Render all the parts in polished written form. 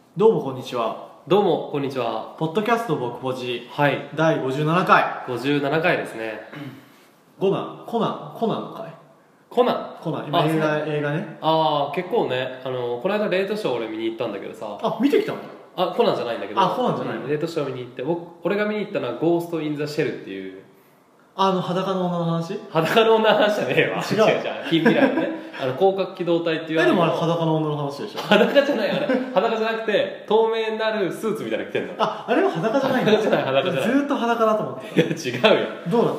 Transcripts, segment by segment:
どうもこんにちは。 どうもこんにちは。 ポッドキャスト僕ポジはい、 第57回。 57回ですね。 コナンの回。 コナン。 今あ映画ね。 ああ、結構ね、この間レートショー俺見に行ったんだけどさ。 あ、見てきたの？ コナンじゃないんだけど。 コナンじゃないの？ レートショー見に行って、俺が見に行ったのはゴースト・イン・ザ・シェルっていう。 裸の女の話？ 裸の女の話じゃねえわ。 違うじゃん。近未来のね。広角機動隊っていうでもあれ裸の女の話でしょ？ 裸じゃない、あれ。裸じゃなくて、透明になるスーツみたいなの着てんの。 あれは裸じゃないんだ。 裸じゃない。 ずーっと裸だと思っていや、違うよ。 た。どうだった？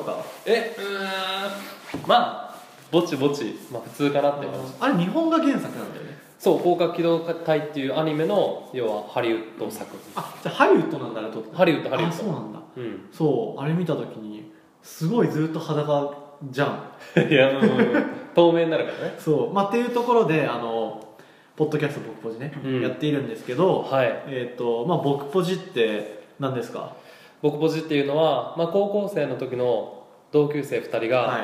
まあ、ぼちぼち、まあ普通かなっていう感じ。 あれ日本が原作なんだよね。 そう、広角機動隊っていうアニメの要はハリウッド作品。 じゃあハリウッドなんだ、あれと。 ハリウッド。 そうなんだ。 うん。 そうあれ見た時にすごいずっと裸じゃん。 いや、透明になるからね。 そうっていうところでポッドキャスト僕ポジね、やっているんですけど、 はい。 僕ポジって何ですか？ 僕ポジっていうのは、高校生の時の同級生2人が、 はい、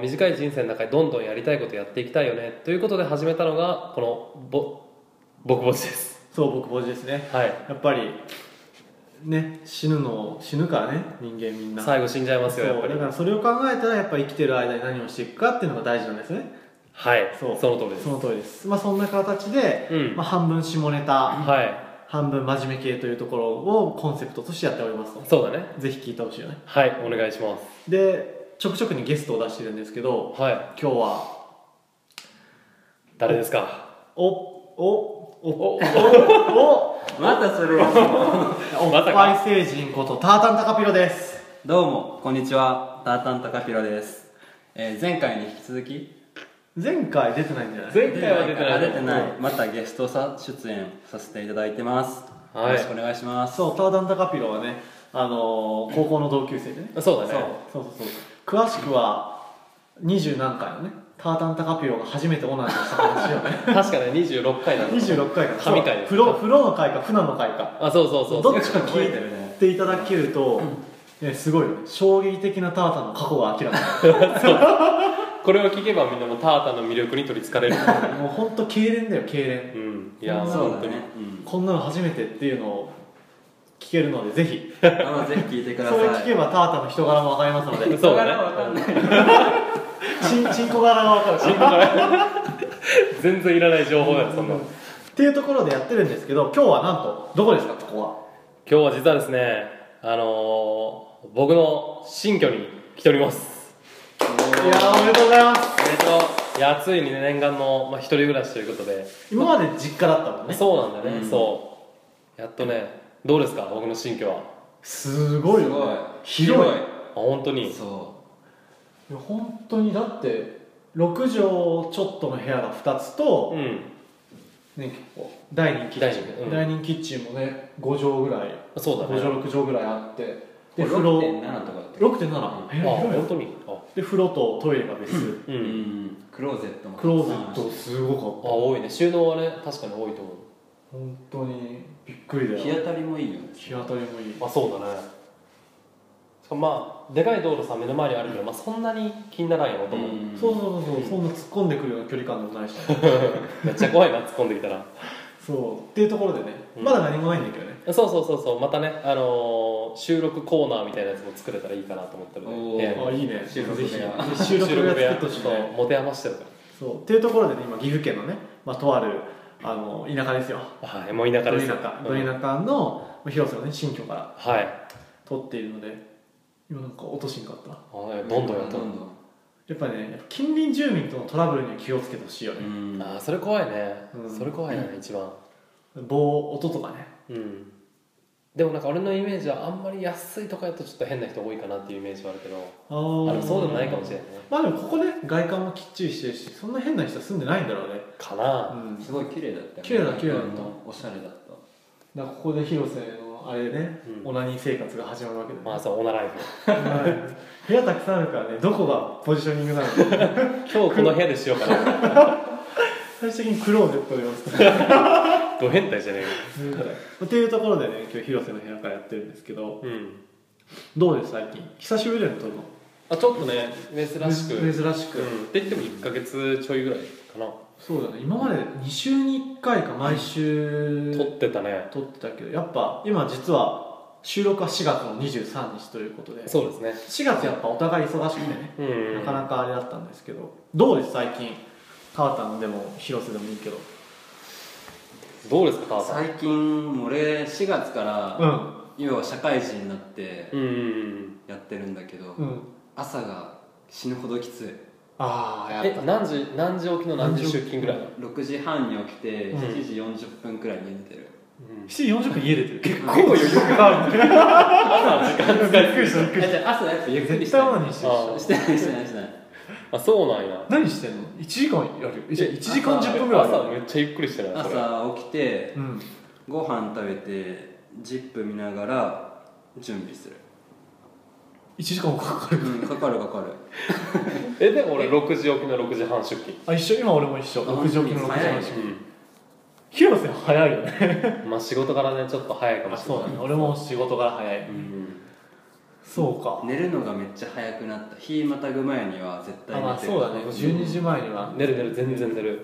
短い人生の中でどんどんやりたいことやっていきたいよねということで始めたのがこの僕ポジです。 そう僕ポジですね。 はい。 やっぱりね死ぬからね、人間みんな最後死んじゃいますよ、やっぱり。 だからそれを考えたらやっぱり生きてる間に何をしていくかっていうのが大事なんですね。 はい、 その通りです。 その通りです。そんな形で、半分下ネタ、 はい、 半分真面目系というところをコンセプトとしてやっておりますと。 そうだね。 ぜひ聞いてほしいよね。 はい、お願いします。 でちょくちょくにゲストを出してるんですけど、 はい、 今日は誰ですか？ またそれはおっぱい星人ことタータンタカピロです。 どうもこんにちは、タータンタカピロです。前回に引き続き前回出てないんじゃない？ 前回は出てない。 またゲスト出演させていただいてます、 はい、 よろしくお願いします。 そうタータンタカピロはね、高校の同級生でね。 そうだね。 そう詳しくは20何回のねタータンタカピロが初めてオナニーした話をね確かね、26回だね。 26回か神回です。 風呂の回か船の回か、 そうどっちか聞いていただけると、すごいよね、衝撃的なタータンの過去が明らかにこれを聞けばみんなもタータンの魅力に取りつかれるもう本当痙攣だよ、痙攣。 いやそうだね、 こんなの初めてっていうのを聞けるのでぜひぜひ聞いてください。 それ聞けばタータンの人柄も分かりますので。 そうだね、 わかんないチンコ柄が分かる。 チンコ柄全然いらない情報だよ、そんな。 っていうところでやってるんですけど、今日はなんとどこですか？ここは今日は実はですね、僕の新居に来ております。 いやおめでとうございます。 おめでとう。 いや、ついにね、念願の、一人暮らしということで。 今まで実家だったもんね。 そうなんだね、そうやっとね。どうですか、僕の新居は？ すごいよね、広い。 本当に。 いや本当にだって6畳ちょっとの部屋が2つと、ね、結構ダイニングキッチン、ダイニングキッチンもね5畳ぐらい、 そうだね、 5畳6畳ぐらいあって、 で風呂 6.7 とか 6.7、 本当に。 で風呂とトイレが別、 クローゼットもクローゼットすごかった。 多いね、収納はね確かに多いと思う。 本当にびっくりだよ。 日当たりもいいよね。 日当たりもいい。 そうだね。しかもでかい道路さ目の前にあるけど、そんなに気にならんよと思う。 そうそんな突っ込んでくるような距離感でもないしめっちゃ怖いな、突っ込んできたら。 そうっていうところでね、まだ何もないんだけどね。 そうまたね、収録コーナーみたいなやつも作れたらいいかなと思ってるので。 いいね、 収録部屋収録部屋作ってほしいね。 持て余してるから。 そうっていうところでね、今岐阜県のね、とある田舎ですよ。 はい、もう田舎ですよ。 ど田舎の広瀬のね新居からはい撮っているので、今なんか落としんかった。 どんどんやった。 やっぱりね、近隣住民とのトラブルには気をつけてほしいよね。 それ怖いね。それ怖いね、一番。 音とかね。 でもなんか俺のイメージはあんまり安いとかやとちょっと変な人多いかなっていうイメージはあるけど、そうでもないかもしれないね。 でもここね、外観もきっちりしてるし、そんな変な人は住んでないんだろうね。 かな。 すごい綺麗だったよね。 綺麗だった。 おしゃれだった。 だからここで広瀬のあれでね、オナニー生活が始まるわけで、 そう、オナライフ。 部屋たくさんあるからね、どこがポジショニングなのか今日この部屋でしようかな。 最終的にクローゼットでますド変態じゃねえかっていうところでね、今日広瀬の部屋からやってるんですけど、どうです最近？久しぶりだよね、撮るの。 ちょっとね、珍しく。 って言っても1ヶ月ちょいぐらいかな。 そうだね、今まで2週に1回か毎週撮ってたね。 撮ってたけど、やっぱ今実は収録は4月の23日ということで、 そうですね。 4月やっぱお互い忙しくてね、なかなかあれだったんですけど、どうです最近？川田でも広瀬でもいいけど。 どうですか川田？ 最近俺4月から要は社会人になってやってるんだけど、朝が死ぬほどきつい。 ああ、やっぱ何時起きの何時出勤ぐらいなの ？6時半に起きて7時40分くらいに寝てる。 7時40分家出てる。結構余裕があるね。 朝時間使いびっくりしたびっくりした。 朝やっぱゆっくり絶したい。 対何してしてない。 あ、そうなんや。 何してんの？1時間やる？1時間10分ぐらい。 朝めっちゃゆっくりしてるな。 朝起きてご飯食べてZIP見ながら準備する。 1時間もかかる。 かかるでも俺6時起きの6時半出勤。 あ、一緒。今俺も一緒。6時起きの6時半出勤。広瀬早いよね。 まあ仕事からねちょっと早いかもしれない。 そうだね、俺も仕事から早い。そうか。 寝るのがめっちゃ早くなった。日またぐ前には絶対寝てる。 そうだね、12時前には寝る全然寝る。いやでも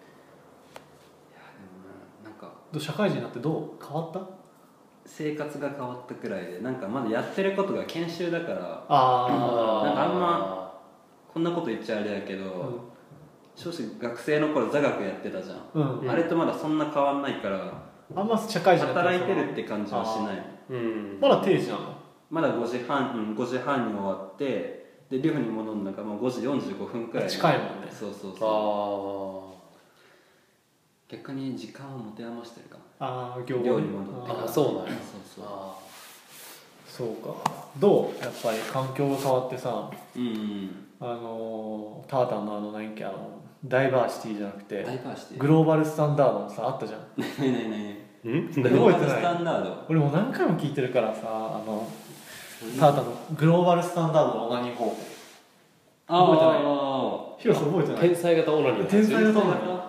なんか社会人になってどう変わった？ 生活が変わったくらいで、なんかまだやってることが研修だから、なんかあんまこんなこと言っちゃあれやけど、正直学生の頃座学やってたじゃん、あれとまだそんな変わんないから、 あんま社会人働いてるって感じはしない。 まだ定時なの？まだ 5時半に終わって、で寮に戻るのがもう5時45分くらい。 近いもんね。 そう逆に時間を持て余してるかも。寮に戻ってから。 そうなんや。 そうか。どう？やっぱり環境が変わってさ、タータンの何やダイバーシティじゃなくてグローバルスタンダードのさあったじゃん。 グローバルスタンダード。 俺もう何回も聞いてるからさ、タータンのグローバルスタンダードのオナニー方法。覚えてない？広瀬覚えてない？ 天才型オナニー。 天才型オナニー。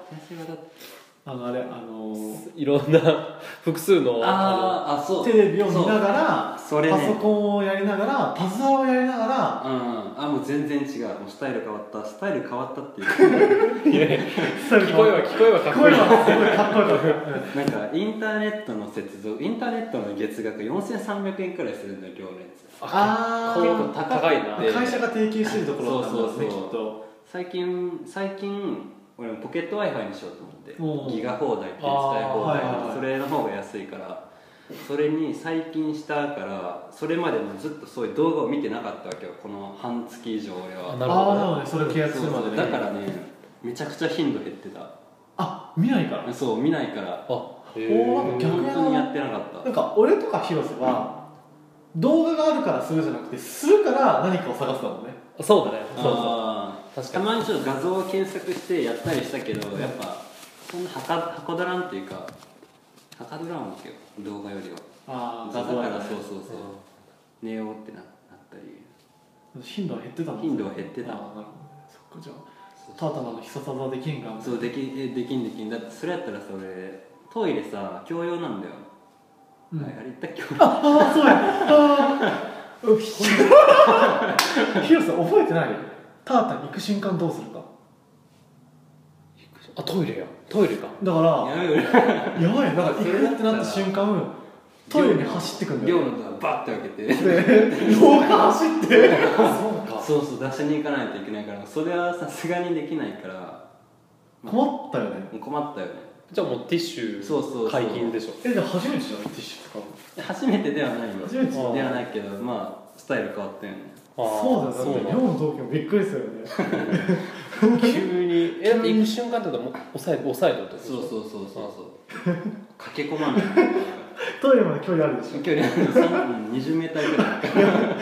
いろんな複数のテレビを見ながら、パソコンをやりながら、パズドラをやりながら、 もう全然違う。もうスタイル変わったっていう。 聞こえはかっこいい。 すごいかっこよかった。なんかインターネットの月額4300円くらいするんだよ、寮のやつ。 結構高いな。 会社が提携してるところなんですね、きっと。 最近俺もポケット Wi-Fi にしようと思って、ギガ放題って使い放題、それの方が安いから、それに最近したから、それまでもずっとそういう動画を見てなかったわけよ、この半月以上俺は。 なるほどね、それ契約するまでね。 だからね、めちゃくちゃ頻度減ってた。 見ないから？ そう、見ないから。 逆に本当にやってなかった。 なんか俺とか広瀬は動画があるからするじゃなくて、するから何かを探すだもんね。 そうだね。 たまにちょっと画像を検索してやったりしたけど、やっぱそんなはかどらんっていうか、はかどらんわけよ、動画よりは。だからそう寝ようってなったり。 頻度は減ってたもんね。 頻度は減ってた。 なるほどね。そっか。じゃあタータンの必殺技できんかも。 そうできん。だってそれやったらさ、俺トイレさ共用なんだよ。あれ言ったっけ？ そうや。広瀬覚えてない？タータン行く瞬間どうするか。 トイレか。 だからやばい、なんか行くってなった瞬間トイレに走ってくんだよ。 寮のドアバッて開けて廊下走ってそう出しに行かないといけないから、それはさすがにできないから、 困ったよね。 じゃあもうティッシュ解禁でしょ。 じゃあ初めてじゃない？ティッシュ使うの。 初めてではないよ。 初めてではないけど、スタイル変わったよね。 そうだよね。寮の同期もびっくりするよね。 急に行く瞬間ってことはもう抑えてるってこと？ そう駆け込まない。 トイレまで距離あるでしょ。 距離20メーターぐらい。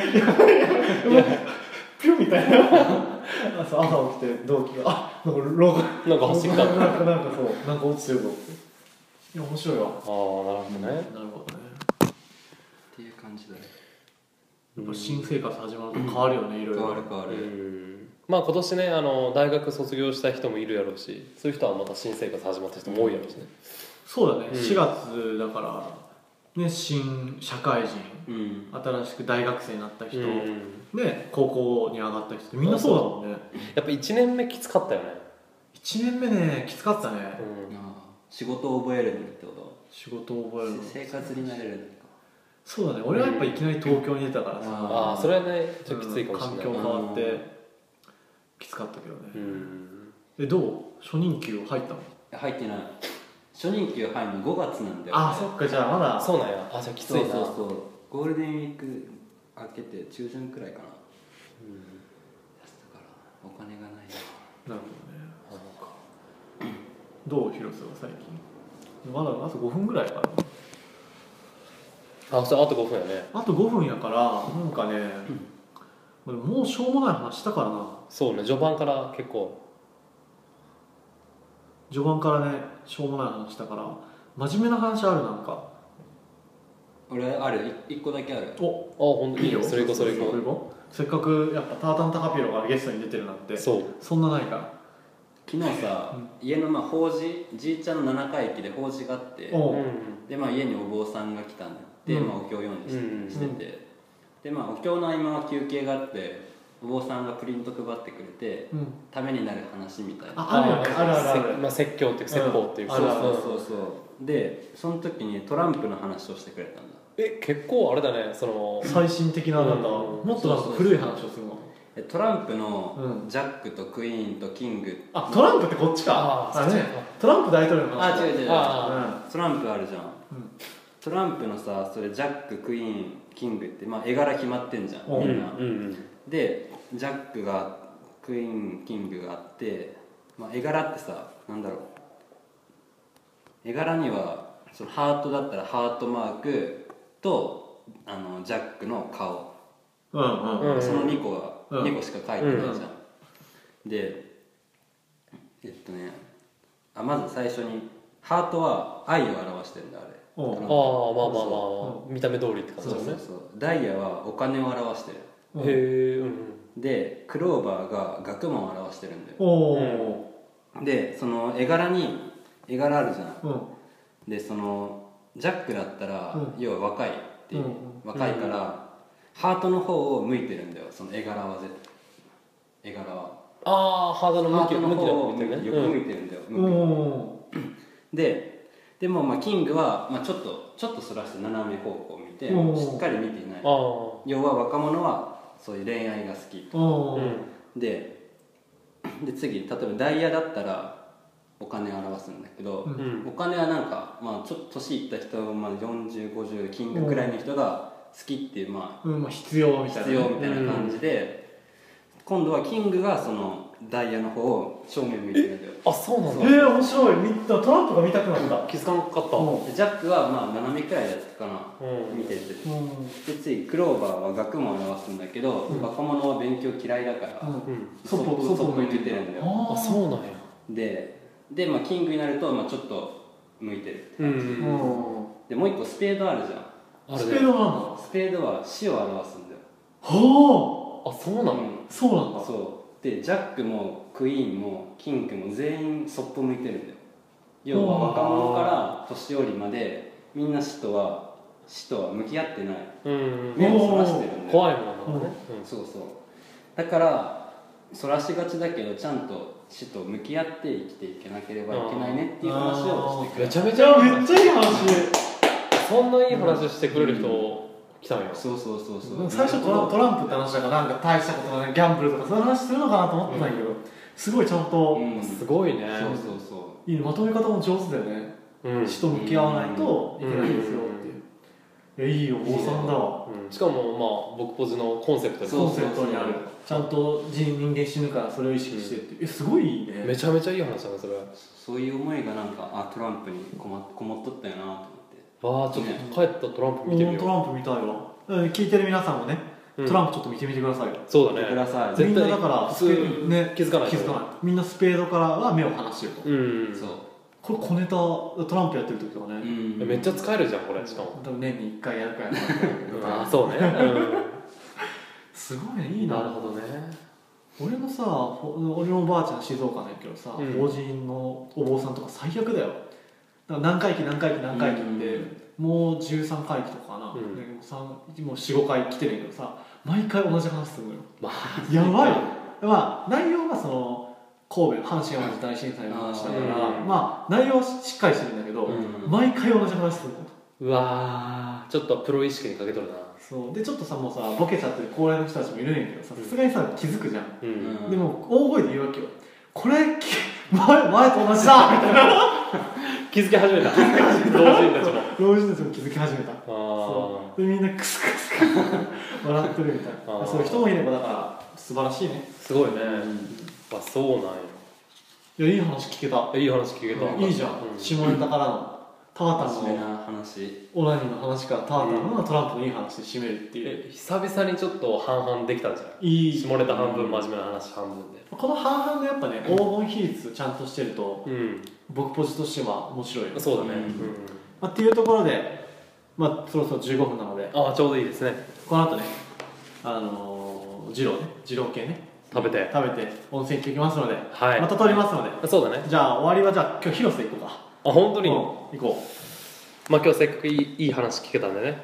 ピュンみたいな。朝起きて同期がなんか走った。 なんか落ちてるぞって。いや面白いわ。 なるほどね。 っていう感じだね。 やっぱ新生活始まると変わるよね、いろいろ。 変わる。 今年ね、大学卒業した人もいるやろうし、そういう人はまた新生活始まった人も多いやろうしね。 そうだね、4月だからね、新社会人、新しく大学生になった人、ね、高校に上がった人ってみんなそうだもんね。 やっぱ1年目きつかったよね。 1年目ねきつかったね、 仕事を覚えるのにってこと？ 仕事を覚えるの生活になれる。 そうだね、俺はやっぱいきなり東京に出たからさ、 それはねちょっときついかもしれない。 環境変わってきつかったけどね。どう？初任給入ったの？ 入ってない。初任給入るの5月なんだよ。 そっか、じゃあまだ。 そうなんや。じゃあきついな。 そうゴールデンウィーク明けて中旬くらいかな。だからお金がないな。 なるほどね。どう広瀬は最近？まだあと5分ぐらいかな。 それあと5分やね。 あと5分やからなんかね、もうしょうもない話したからな。 そうね、序盤から結構序盤からねしょうもない話したから。真面目な話ある？なんか俺ある、1個だけある。 ほんといいよ。それいこう。 せっかくやっぱタータンタカピロがゲストに出てるなんて。そんなないから。 昨日さ、家の法事、じいちゃんの7回忌で法事があって、で家にお坊さんが来たんだって、お経読んでしてて、でお経の合間は休憩があって、お坊さんがプリント配ってくれて、ためになる話みたいな。 ある。 説教っていう説法っていうか。 そうでその時にトランプの話をしてくれたんだ。 結構あれだね、 最新的ななんかもっとなんか古い話をするの。 トランプのジャックとクイーンとキング。 トランプってこっちか。トランプ大統領の話。 違うトランプあるじゃん。トランプのさ、それジャッククイーンキングって絵柄決まってんじゃんみんな。でジャックがクイーンキングがあって、絵柄ってさ、なんだろう、絵柄にはそのハートだったらハートマークとジャックの顔、その2個しか書いてないじゃん。でまず最初にハートは愛を表してるんだ、あれ。 見た目通りって感じだね。 ダイヤはお金を表してる。でクローバーが学問を表してるんだよ。でその絵柄あるじゃん。でそのジャックだったら、要は若いっていう、若いからハートの方を向いてるんだよ、その絵柄は。 ハートの向きの方を横向いてるんだよ。でもキングはちょっとそらして斜め方向を見てしっかり見ていない。要は若者はそういう恋愛が好きと。で次、例えばダイヤだったらお金を表すんだけど、お金はなんかちょっと年いった人、40、50キングくらいの人が好きっていう必要みたいな感じで、今度はキングがそのダイヤの方を正面向いてるんだよ。 そうなんだ。 面白い。トランプが見たくなった。 気づかなかった。 ジャックは斜めくらいだったかな、見てて。で次クローバーは学問を表すんだけど、若者は勉強嫌いだからそっぽ向いてるんだよ。 そうなんや。 でキングになるとちょっと向いてるって感じ。でもう一個スペードあるじゃん。 スペードなんだ。 スペードは死を表すんだよ。 そうなの？ そうなんだ。 でジャックもクイーンもキングも全員そっぽ向いてるんだよ。要は若者から年寄りまでみんな死とは向き合ってない。目をそらしてるんだよ。 怖いもんね。 だからそらしがちだけど、ちゃんと死と向き合って生きていけなければいけないねっていう話をしてくれる。 めちゃめちゃいい話。 そんないい話してくれる人来たんよ。 最初トランプって話だからなんか大したことないギャンブルとかそういう話するのかなと思ってたけど、すごいちゃんと、 すごいね。 いいまとめ方も上手だよね。死と向き合わないといけないですよっていう。いいお坊さんだわ。 しかも僕ポジのコンセプトにある。ちゃんと人間死ぬからそれを意識してってすごいいいね。 めちゃめちゃいい話だね、それは。 そういう思いがなんかトランプにこもっとったよなと思って。ちょっと帰ったトランプ見てみよう。 トランプ見たいわ。聞いてる皆さんもね、トランプちょっと見てみてください。 そうだね。 みんなだから普通ね気づかない。 みんなスペードからは目を離してると。これ小ネタトランプやってる時とかね。 めっちゃ使えるじゃんこれ。しかも。 多分年に1回やるかやらないか。 そうね。 すごいね、いいな。 なるほどね。 俺のおばあちゃん静岡なんやけどさ、法人のお坊さんとか最悪だよ。だから何回忌ってもう13回忌とかかな、もう 4,5 回来てるんやけどさ、毎回同じ話するのよ。やばい。内容が神戸阪神・淡路大震災の話だから、まあ内容はしっかりしてるんだけど、毎回同じ話するの。 うわー、ちょっとプロ意識にかけとるな。 そうでちょっとさもうさボケちゃってる高齢の人たちもいるんやけどさ、さすがにさ気づくじゃん、でも大声で言うわけよ、これ前と同じだみたいな気づき始めた。老人たちも気づき始めた。そうでみんなクスクス笑ってるみたいな。そういう人もいればだから素晴らしいね。 すごいね。あ、そうなんや。 いやいい話聞けた。 いい話聞けた。 いいじゃん。下ネタからの田畑の話、 オナニーの話から田畑のトランプのいい話で締めるっていう。 久々にちょっと半々できたんじゃない？下ネタ半分、真面目な話半分で。 この半々でやっぱね、黄金比率ちゃんとしてると、僕ポジとしては面白い。 そうだね。 っていうところで、まあそろそろ15分なので、 ああちょうどいいですね。 この後ね、二郎系ね。 食べて温泉行きますので、 はい、 また撮りますので。 そうだね。 じゃあ終わりはじゃあ今日広瀬行こうか。 あ、本当に？ 行こう。まあ今日せっかくいい話聞けたんでね。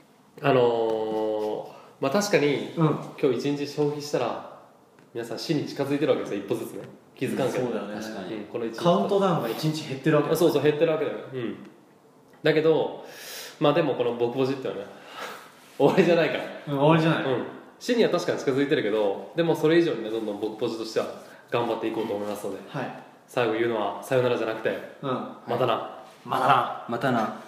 まあ確かに、今日一日消費したら皆さん死に近づいてるわけですよ、一歩ずつね。気づかんけど。 そうだよね。 確かに。 このカウントダウンが一日減ってるわけだ。 そう減ってるわけだよ。だけど、まあでもこの僕ポジってのはね、終わりじゃないから。 終わりじゃない。 死には確かに近づいてるけど、でもそれ以上にねどんどん僕ポジとしては頑張っていこうと思いますので、最後言うのはさよならじゃなくて、またな。 またな。